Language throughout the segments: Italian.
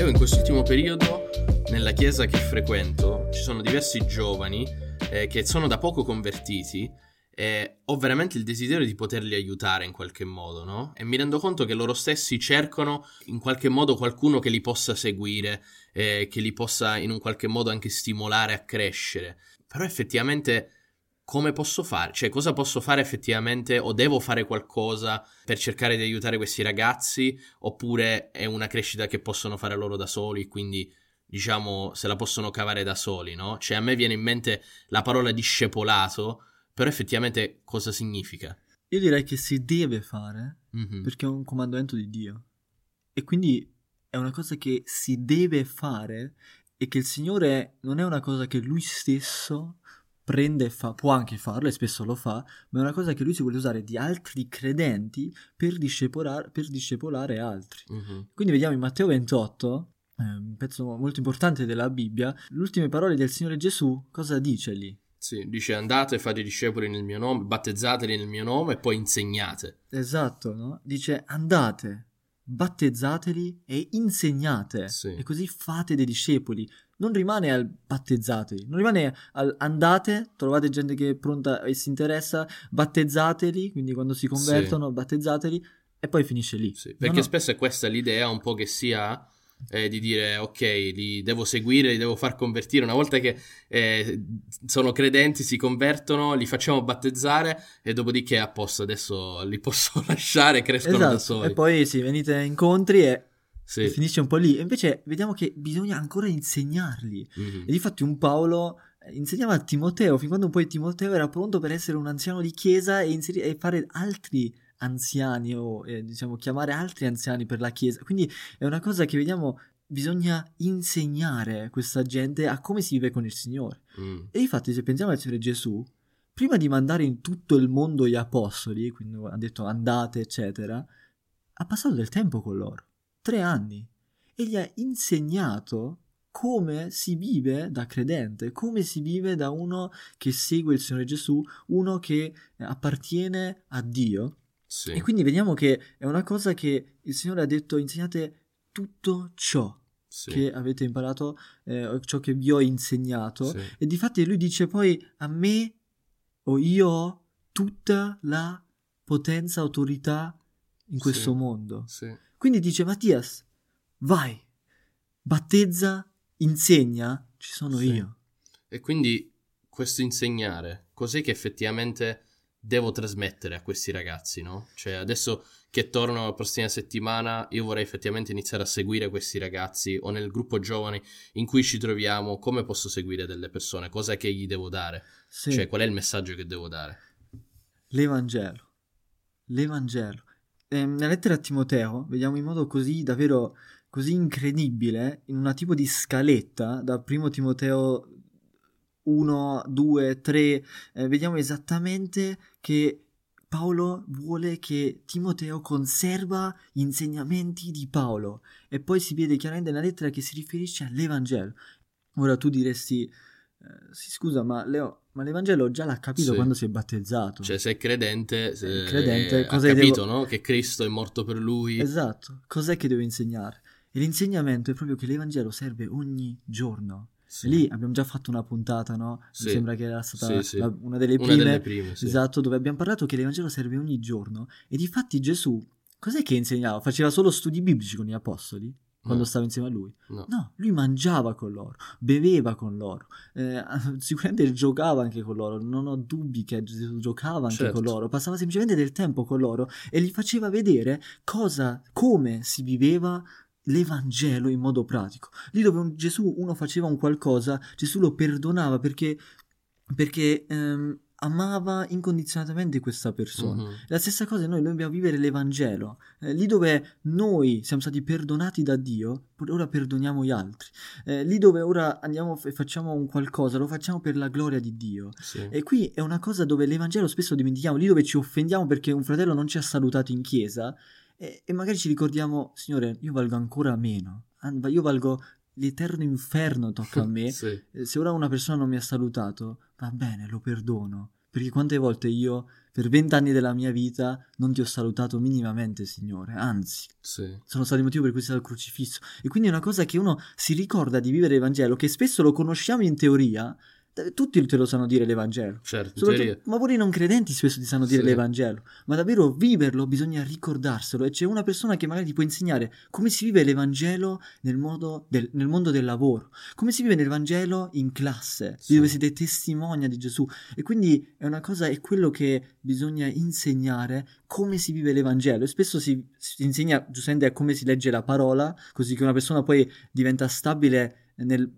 Matteo, in quest'ultimo periodo nella chiesa che frequento ci sono diversi giovani che sono da poco convertiti e ho veramente il desiderio di poterli aiutare in qualche modo, no? E mi rendo conto che loro stessi cercano in qualche modo qualcuno che li possa seguire, che li possa in un qualche modo anche stimolare a crescere. Però effettivamente come posso fare? Cioè, cosa posso fare effettivamente, o devo fare qualcosa per cercare di aiutare questi ragazzi, oppure è una crescita che possono fare loro da soli, quindi diciamo se la possono cavare da soli, no? Cioè, a me viene in mente la parola discepolato, però effettivamente cosa significa? Io direi che si deve fare Mhm. perché è un comandamento di Dio e quindi è una cosa che si deve fare e che il Signore non è una cosa che Lui stesso prende e fa, può anche farlo e spesso lo fa, ma è una cosa che Lui si vuole usare di altri credenti per discepolare altri. Mhm. Quindi vediamo in Matteo 28, un pezzo molto importante della Bibbia, le ultime parole del Signore Gesù, cosa dice lì? Sì, dice andate, fate discepoli nel mio nome, battezzateli nel mio nome e poi insegnate. Esatto, no? Dice andate, battezzateli e insegnate Sì. e così fate dei discepoli. Non rimane al battezzateli, non rimane al andate, trovate gente che è pronta e si interessa, battezzateli, quindi quando si convertono, battezzateli e poi finisce lì. Sì, perché No. spesso è questa l'idea un po' che si ha, di dire ok, li devo seguire, li devo far convertire. Una volta che sono credenti, si convertono, li facciamo battezzare e dopodiché a posto, adesso li posso lasciare, crescono da Esatto, soli. e poi sì, venite incontri e Sì. finisce un po' lì. E invece vediamo che bisogna ancora insegnarli. Mhm. E difatti un Paolo insegnava a Timoteo, fin quando poi Timoteo era pronto per essere un anziano di chiesa e fare altri anziani o diciamo chiamare altri anziani per la chiesa. Quindi è una cosa che vediamo, bisogna insegnare questa gente a come si vive con il Signore. Mm. E infatti se pensiamo al Signore Gesù, prima di mandare in tutto il mondo gli apostoli, quindi ha detto andate eccetera, ha passato del tempo con loro, 3 anni, e gli ha insegnato come si vive da credente, come si vive da uno che segue il Signore Gesù, uno che appartiene a Dio. Sì. E quindi vediamo che è una cosa che il Signore ha detto, insegnate tutto ciò Sì. che avete imparato, ciò che vi ho insegnato. Sì. E difatti lui dice poi a me o io ho tutta la potenza, autorità in questo Sì. mondo. Sì. Quindi dice Mattias, vai, battezza, insegna, ci sono Sì. io. E quindi questo insegnare, cos'è che effettivamente devo trasmettere a questi ragazzi, no? Cioè adesso che torno la prossima settimana io vorrei effettivamente iniziare a seguire questi ragazzi, o nel gruppo giovani in cui ci troviamo, come posso seguire delle persone, cosa che gli devo dare, Sì. cioè qual è il messaggio che devo dare? L'Evangelo. Nella lettera a Timoteo vediamo in modo così davvero così incredibile, in una tipo di scaletta, da 1 Timoteo 1, 2, 3, vediamo esattamente che Paolo vuole che Timoteo conserva gli insegnamenti di Paolo e poi si vede chiaramente nella lettera che si riferisce all'Evangelo. Ora tu diresti, sì scusa, ma Leo, ma l'Evangelo già l'ha capito Sì. quando si è battezzato. Cioè se è credente, Credente, ha cosa capito, devo... no? Che Cristo è morto per lui. Esatto, cos'è che devo insegnare? E l'insegnamento è proprio che l'Evangelo serve ogni giorno. Sì. E lì abbiamo già fatto una puntata, no? Sì. Mi sembra che era stata Sì. una delle Una prime. delle prime, sì. Esatto, dove abbiamo parlato che l'Evangelo serve ogni giorno. E difatti Gesù, cos'è che insegnava? Faceva solo studi biblici con gli apostoli? Quando No. stava insieme a lui? No. No, lui mangiava con loro, beveva con loro, sicuramente giocava anche con loro, non ho dubbi che Gesù giocava anche Certo. con loro, passava semplicemente del tempo con loro e gli faceva vedere come si viveva l'Evangelo in modo pratico. Lì dove Gesù uno faceva un qualcosa, Gesù lo perdonava perché amava incondizionatamente questa persona. Mhm. La stessa cosa noi dobbiamo vivere l'Evangelo. Lì dove noi siamo stati perdonati da Dio, ora perdoniamo gli altri. Lì dove ora andiamo e facciamo un qualcosa, lo facciamo per la gloria di Dio. Sì. E qui è una cosa dove l'Evangelo spesso dimentichiamo, lì dove ci offendiamo perché un fratello non ci ha salutato in chiesa e magari ci ricordiamo, Signore, io valgo ancora meno, io valgo l'eterno inferno tocca a me. Sì. Se ora una persona non mi ha salutato, va bene, lo perdono, Perché quante volte io, per 20 anni della mia vita, non ti ho salutato minimamente, Signore, anzi, Sì. sono stato il motivo per cui sei stato crocifisso. E quindi è una cosa che uno si ricorda di vivere il Vangelo, che spesso lo conosciamo in teoria, tutti te lo sanno dire l'Evangelo. Certo, in teoria. Ma pure i non credenti spesso ti sanno dire Sì. l'Evangelo, ma davvero viverlo bisogna ricordarselo, e c'è una persona che magari ti può insegnare come si vive l'Evangelo nel mondo del lavoro, come si vive nel Vangelo in classe, Sì. dove siete testimonia di Gesù, e quindi è quello che bisogna insegnare, come si vive l'Evangelo, e spesso si insegna giustamente a come si legge la parola, così che una persona poi diventa stabile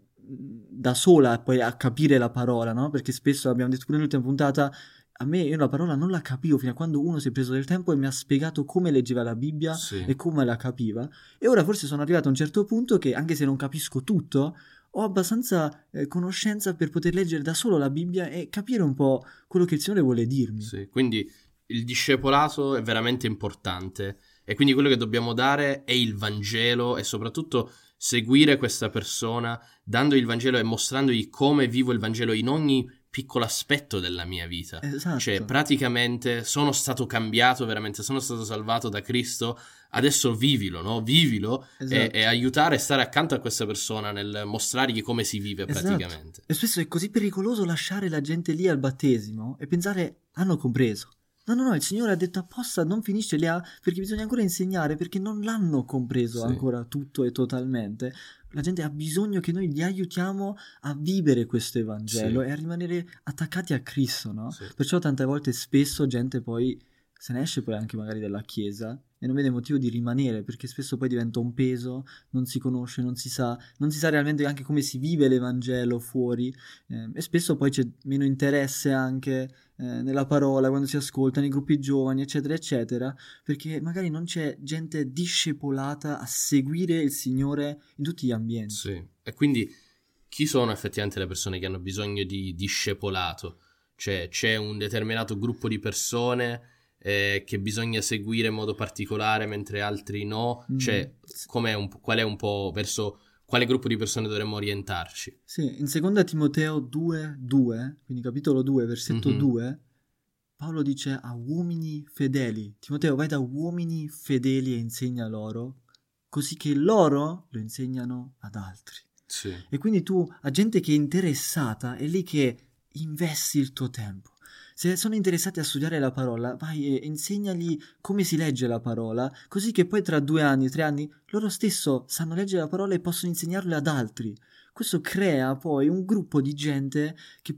da sola poi a capire la parola, no? Perché spesso abbiamo detto pure nell'ultima puntata, io la parola non la capivo fino a quando uno si è preso del tempo e mi ha spiegato come leggeva la Bibbia Sì. e come la capiva, e ora forse sono arrivato a un certo punto che, anche se non capisco tutto, ho abbastanza conoscenza per poter leggere da solo la Bibbia e capire un po' quello che il Signore vuole dirmi. Sì, quindi il discepolato è veramente importante, e quindi quello che dobbiamo dare è il Vangelo, e soprattutto seguire questa persona dandogli il Vangelo e mostrandogli come vivo il Vangelo in ogni piccolo aspetto della mia vita. Esatto. Cioè, praticamente sono stato cambiato, veramente sono stato salvato da Cristo, adesso vivilo, no? Vivilo. Esatto. E aiutare e stare accanto a questa persona nel mostrargli come si vive praticamente. E spesso è così pericoloso lasciare la gente lì al battesimo e pensare, hanno compreso. No, il Signore ha detto apposta, non finisce lì, perché bisogna ancora insegnare, perché non l'hanno compreso ancora tutto e totalmente. La gente ha bisogno che noi li aiutiamo a vivere questo Evangelo e a rimanere attaccati a Cristo, no? Sì. Perciò tante volte spesso gente poi se ne esce poi anche magari dalla Chiesa e non vede motivo di rimanere, perché spesso poi diventa un peso, non si conosce, non si sa realmente anche come si vive l'Evangelo fuori, e spesso poi c'è meno interesse anche nella parola quando si ascolta nei gruppi giovani, eccetera eccetera, perché magari non c'è gente discepolata a seguire il Signore in tutti gli ambienti. Sì. E quindi chi sono effettivamente le persone che hanno bisogno di discepolato? Cioè c'è un determinato gruppo di persone che bisogna seguire in modo particolare mentre altri no? Cioè qual è un po' verso quale gruppo di persone dovremmo orientarci? Sì, in 2 Timoteo 2:2, quindi capitolo 2, versetto 2, Paolo dice a uomini fedeli: Timoteo, vai da uomini fedeli e insegna loro, così che loro lo insegnano ad altri. Sì. E quindi tu, a gente che è interessata, è lì che investi il tuo tempo. Se sono interessati a studiare la parola, vai e insegnagli come si legge la parola, così che poi tra 2 anni, 3 anni, loro stesso sanno leggere la parola e possono insegnarla ad altri. Questo crea poi un gruppo di gente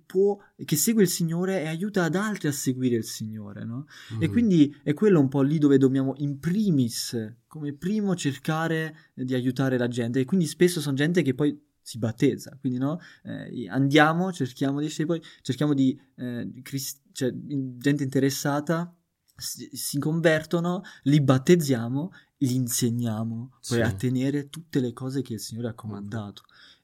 che segue il Signore e aiuta ad altri a seguire il Signore, no? E quindi è quello un po' lì dove dobbiamo in primis, come primo, cercare di aiutare la gente. E quindi spesso sono gente che poi si battezza, quindi no? Andiamo, cerchiamo discepoli, cerchiamo di gente interessata, si convertono, li battezziamo, li insegniamo poi a tenere tutte le cose che il Signore ha comandato.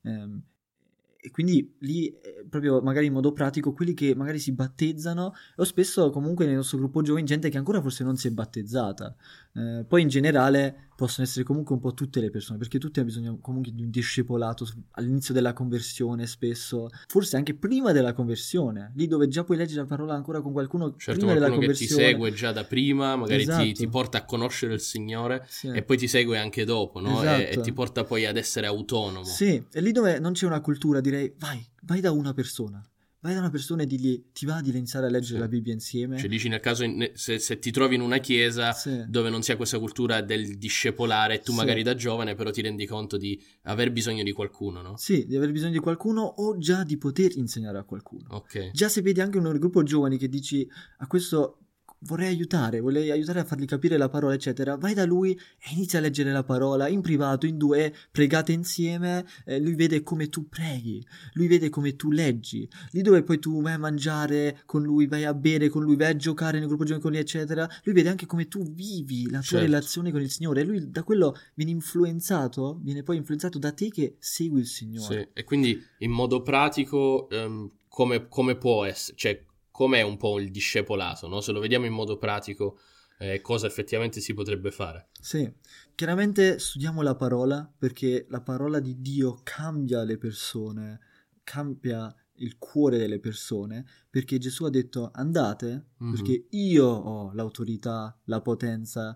E quindi lì proprio magari in modo pratico quelli che magari si battezzano, o spesso comunque nel nostro gruppo giovani gente che ancora forse non si è battezzata, poi in generale possono essere comunque un po' tutte le persone, perché tutti hanno bisogno comunque di un discepolato all'inizio della conversione, spesso forse anche prima della conversione, lì dove già puoi leggere la parola ancora con qualcuno prima della conversione, che ti segue già da prima, magari esatto. ti porta a conoscere il Signore, sì. E poi ti segue anche dopo, no? Esatto. E ti porta poi ad essere autonomo. Sì, e lì dove non c'è una cultura direi vai da una persona. Vai da una persona e digli, ti va di iniziare a leggere la Bibbia insieme? Cioè dici nel caso, se ti trovi in una chiesa dove non sia questa cultura del discepolare, tu magari da giovane però ti rendi conto di aver bisogno di qualcuno, no? Sì, di aver bisogno di qualcuno o già di poter insegnare a qualcuno. Ok. Già se vedi anche un gruppo giovani che dici, a questo vorrei aiutare a fargli capire la parola, eccetera, vai da lui e inizia a leggere la parola in privato, in 2, pregate insieme, lui vede come tu preghi, lui vede come tu leggi, lì dove poi tu vai a mangiare con lui, vai a bere con lui, vai a giocare nel gruppo giovani con lui, eccetera, lui vede anche come tu vivi la tua relazione con il Signore, e lui da quello viene poi influenzato da te che segui il Signore. Sì, e quindi in modo pratico come può essere, cioè com'è un po' il discepolato, no? Se lo vediamo in modo pratico, cosa effettivamente si potrebbe fare. Sì, chiaramente studiamo la parola, perché la parola di Dio cambia le persone, cambia il cuore delle persone, perché Gesù ha detto andate, perché io ho l'autorità, la potenza,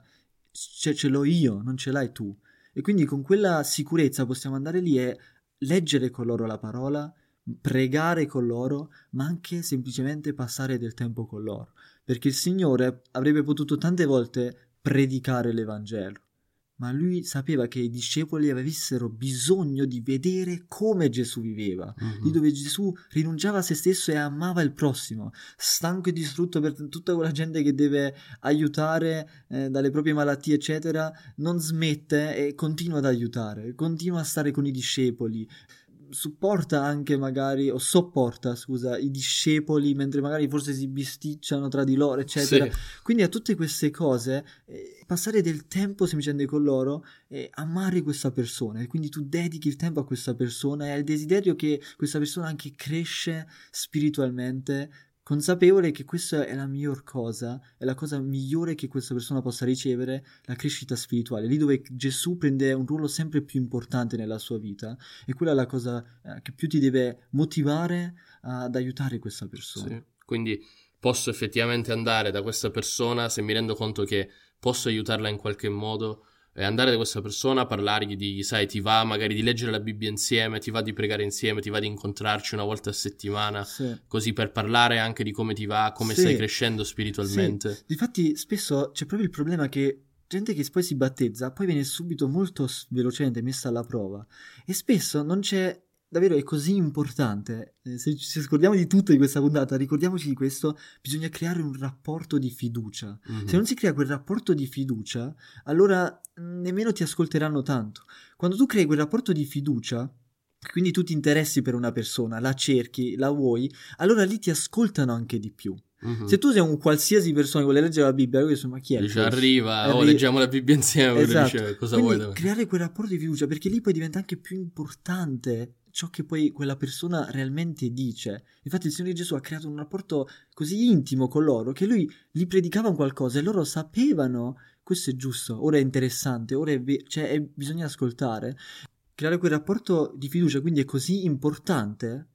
ce l'ho io, non ce l'hai tu. E quindi con quella sicurezza possiamo andare lì e leggere con loro la parola, pregare con loro, ma anche semplicemente passare del tempo con loro, perché il Signore avrebbe potuto tante volte predicare l'Evangelo, ma lui sapeva che i discepoli avessero bisogno di vedere come Gesù viveva, di dove Gesù rinunciava a se stesso e amava il prossimo, stanco e distrutto per tutta quella gente che deve aiutare dalle proprie malattie eccetera, non smette e continua ad aiutare, continua a stare con i discepoli, supporta anche magari, o sopporta, scusa, i discepoli mentre magari forse si bisticciano tra di loro, eccetera. Sì. Quindi a tutte queste cose, passare del tempo semplicemente con loro e amare questa persona. E quindi tu dedichi il tempo a questa persona e hai il desiderio che questa persona anche cresce spiritualmente, consapevole che questa è la miglior cosa, è la cosa migliore che questa persona possa ricevere, la crescita spirituale, lì dove Gesù prende un ruolo sempre più importante nella sua vita, e quella è la cosa che più ti deve motivare ad aiutare questa persona. Sì. Quindi posso effettivamente andare da questa persona, se mi rendo conto che posso aiutarla in qualche modo, e andare da questa persona, parlargli di, sai, ti va magari di leggere la Bibbia insieme, ti va di pregare insieme, ti va di incontrarci una volta a settimana, così per parlare anche di come ti va, come stai crescendo spiritualmente. Sì. Difatti spesso c'è proprio il problema che gente che poi si battezza poi viene subito molto velocemente messa alla prova, e spesso non c'è, davvero è così importante, se ci scordiamo di tutto di questa puntata, ricordiamoci di questo, bisogna creare un rapporto di fiducia. Se non si crea quel rapporto di fiducia, allora nemmeno ti ascolteranno tanto. Quando tu crei quel rapporto di fiducia, quindi tu ti interessi per una persona, la cerchi, la vuoi, allora lì ti ascoltano anche di più. Se tu sei un qualsiasi persona che vuole leggere la Bibbia, lui dice, ma chi è? Dice arriva, leggiamo la Bibbia insieme, esatto. Dice, cosa quindi vuoi da me? Creare quel rapporto di fiducia, perché lì poi diventa anche più importante ciò che poi quella persona realmente dice. Infatti il Signore Gesù ha creato un rapporto così intimo con loro che lui gli predicava un qualcosa e loro sapevano questo è giusto, ora è interessante, ora bisogna ascoltare. Creare quel rapporto di fiducia quindi è così importante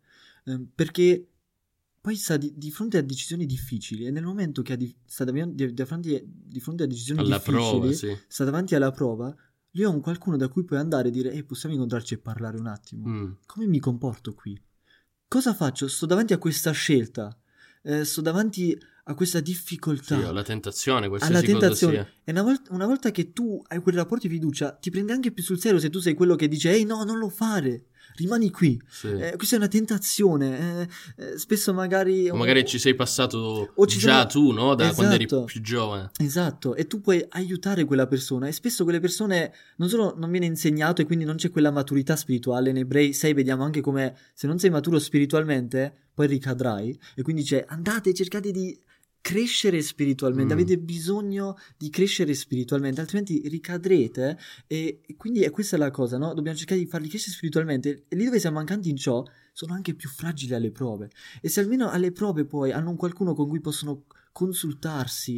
perché poi sta di fronte a decisioni difficili, e nel momento che sta di fronte a decisioni difficili, sta davanti alla prova, lui ha un qualcuno da cui puoi andare e dire possiamo incontrarci e parlare un attimo. Come mi comporto qui? Cosa faccio? Sto davanti a questa scelta, sto davanti a questa difficoltà. Sì, alla tentazione, qualsiasi cosa sia. E una volta che tu hai quel rapporto di fiducia, ti prende anche più sul serio se tu sei quello che dice ehi no, non lo fare, rimani qui. Sì. Questa è una tentazione. Spesso magari ci sei passato già tu, no? Da quando eri più giovane. Esatto, e tu puoi aiutare quella persona, e spesso quelle persone non solo non viene insegnato e quindi non c'è quella maturità spirituale. In Ebrei 6 vediamo anche come se non sei maturo spiritualmente poi ricadrai, e quindi andate, cercate di crescere spiritualmente, avete bisogno di crescere spiritualmente, altrimenti ricadrete, e quindi questa è la cosa, no? Dobbiamo cercare di farli crescere spiritualmente, e lì dove siamo mancanti in ciò sono anche più fragili alle prove, e se almeno alle prove poi hanno un qualcuno con cui possono consultarsi,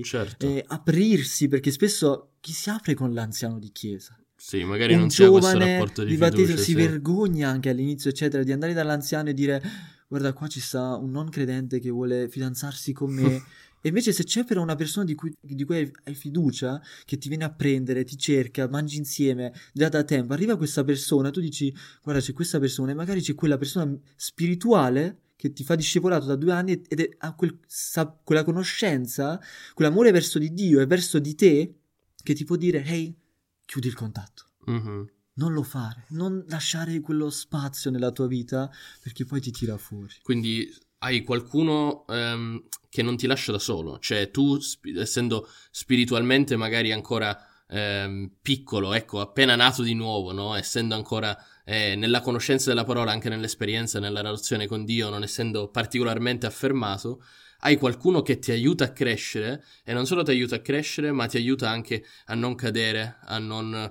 aprirsi, perché spesso chi si apre con l'anziano di chiesa? Sì, magari non c'è questo rapporto di fiducia, si vergogna anche all'inizio eccetera di andare dall'anziano e dire guarda qua ci sta un non credente che vuole fidanzarsi con me. E invece se c'è però una persona di cui hai fiducia, che ti viene a prendere, ti cerca, mangi insieme già da tempo, arriva questa persona, tu dici guarda c'è questa persona, e magari c'è quella persona spirituale che ti fa discepolato da 2 anni ed ha quella conoscenza, quell'amore verso di Dio e verso di te, che ti può dire ehi, chiudi il contatto. Non lo fare, non lasciare quello spazio nella tua vita, perché poi ti tira fuori. Quindi hai qualcuno che non ti lascia da solo, cioè tu essendo spiritualmente magari ancora piccolo, ecco, appena nato di nuovo, no? Essendo ancora nella conoscenza della parola, anche nell'esperienza, nella relazione con Dio, non essendo particolarmente affermato, hai qualcuno che ti aiuta a crescere, e non solo ti aiuta a crescere, ma ti aiuta anche a non cadere, a non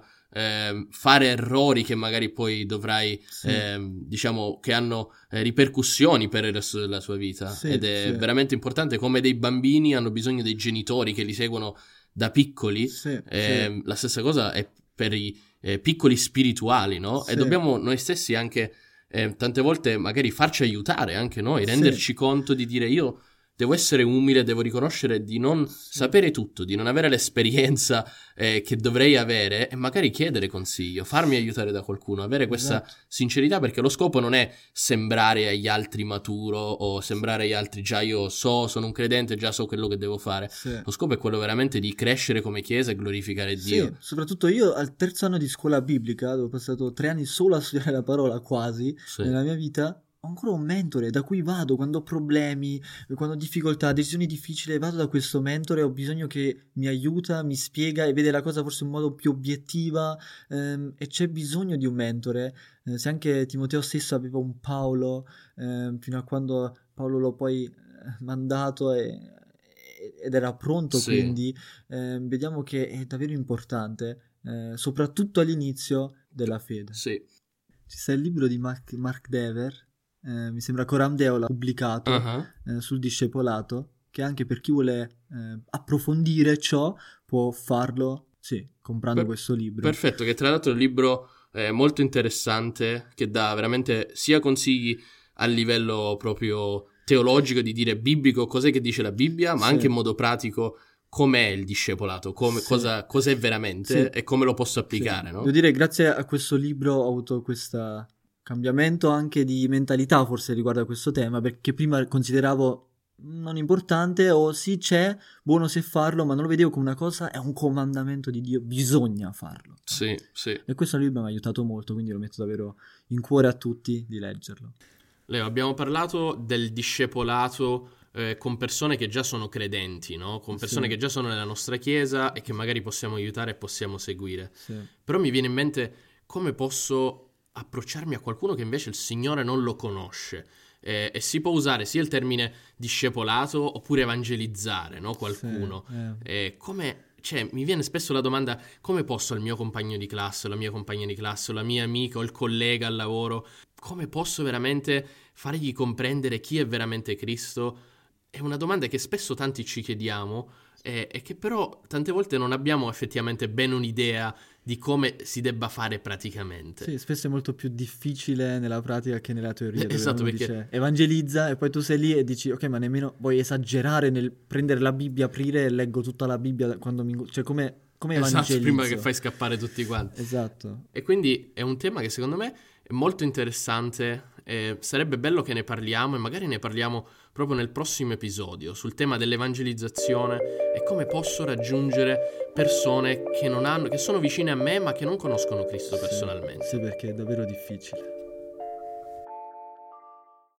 fare errori che magari poi dovrai diciamo che hanno ripercussioni per il resto della tua vita, ed è veramente importante, come dei bambini hanno bisogno dei genitori che li seguono da piccoli, la stessa cosa è per i piccoli spirituali, no? E dobbiamo noi stessi anche tante volte magari farci aiutare anche noi, renderci conto di dire io devo essere umile, devo riconoscere di non sapere tutto, di non avere l'esperienza che dovrei avere e magari chiedere consiglio, farmi aiutare da qualcuno, avere questa sincerità, perché lo scopo non è sembrare agli altri maturo o sembrare agli altri già io sono un credente, già so quello che devo fare. Lo scopo è quello veramente di crescere come chiesa e glorificare Dio. Sì, soprattutto io al terzo anno di scuola biblica, dove ho passato 3 anni solo a studiare la parola quasi nella mia vita, ho ancora un mentore da cui vado quando ho problemi, quando ho difficoltà, decisioni difficili, vado da questo mentore, ho bisogno che mi aiuta, mi spiega e vede la cosa forse in modo più obiettiva, e c'è bisogno di un mentore. Se anche Timoteo stesso aveva un Paolo, fino a quando Paolo l'ho poi mandato ed era pronto, quindi vediamo che è davvero importante, soprattutto all'inizio della fede. Sì. Ci sta il libro di Mark Dever, mi sembra Coram Deo l'ha pubblicato, sul discepolato, che anche per chi vuole approfondire ciò può farlo, comprando questo libro. Perfetto, che tra l'altro è un libro molto interessante, che dà veramente sia consigli a livello proprio teologico, di dire biblico, cos'è che dice la Bibbia, ma anche in modo pratico com'è il discepolato, cos'è veramente e come lo posso applicare. No? Devo dire, grazie a questo libro ho avuto questo cambiamento anche di mentalità forse riguardo a questo tema, perché prima consideravo non importante o sì c'è, buono se farlo, ma non lo vedevo come una cosa, è un comandamento di Dio, bisogna farlo. Sì. E questo libro mi ha aiutato molto, quindi lo metto davvero in cuore a tutti di leggerlo. Leo, abbiamo parlato del discepolato con persone che già sono credenti, no? Con persone che già sono nella nostra chiesa e che magari possiamo aiutare e possiamo seguire. Però mi viene in mente come posso approcciarmi a qualcuno che invece il Signore non lo conosce. E si può usare sia il termine discepolato oppure evangelizzare, no? Qualcuno. Mi viene spesso la domanda: come posso al mio compagno di classe, o la mia compagna di classe, o la mia amica, o il collega al lavoro, come posso veramente fargli comprendere chi è veramente Cristo? È una domanda che spesso tanti ci chiediamo e che però tante volte non abbiamo effettivamente bene un'idea di come si debba fare praticamente. Sì, spesso è molto più difficile nella pratica che nella teoria. Esatto, perché dice, evangelizza e poi tu sei lì e dici ok, ma nemmeno vuoi esagerare nel prendere la Bibbia, aprire e leggo tutta la Bibbia quando cioè come evangelizzo? Esatto, prima che fai scappare tutti quanti. Esatto. E quindi è un tema che secondo me è molto interessante. Sarebbe bello che ne parliamo e magari ne parliamo proprio nel prossimo episodio sul tema dell'evangelizzazione e come posso raggiungere persone che sono vicine a me ma che non conoscono Cristo personalmente. Sì, perché è davvero difficile.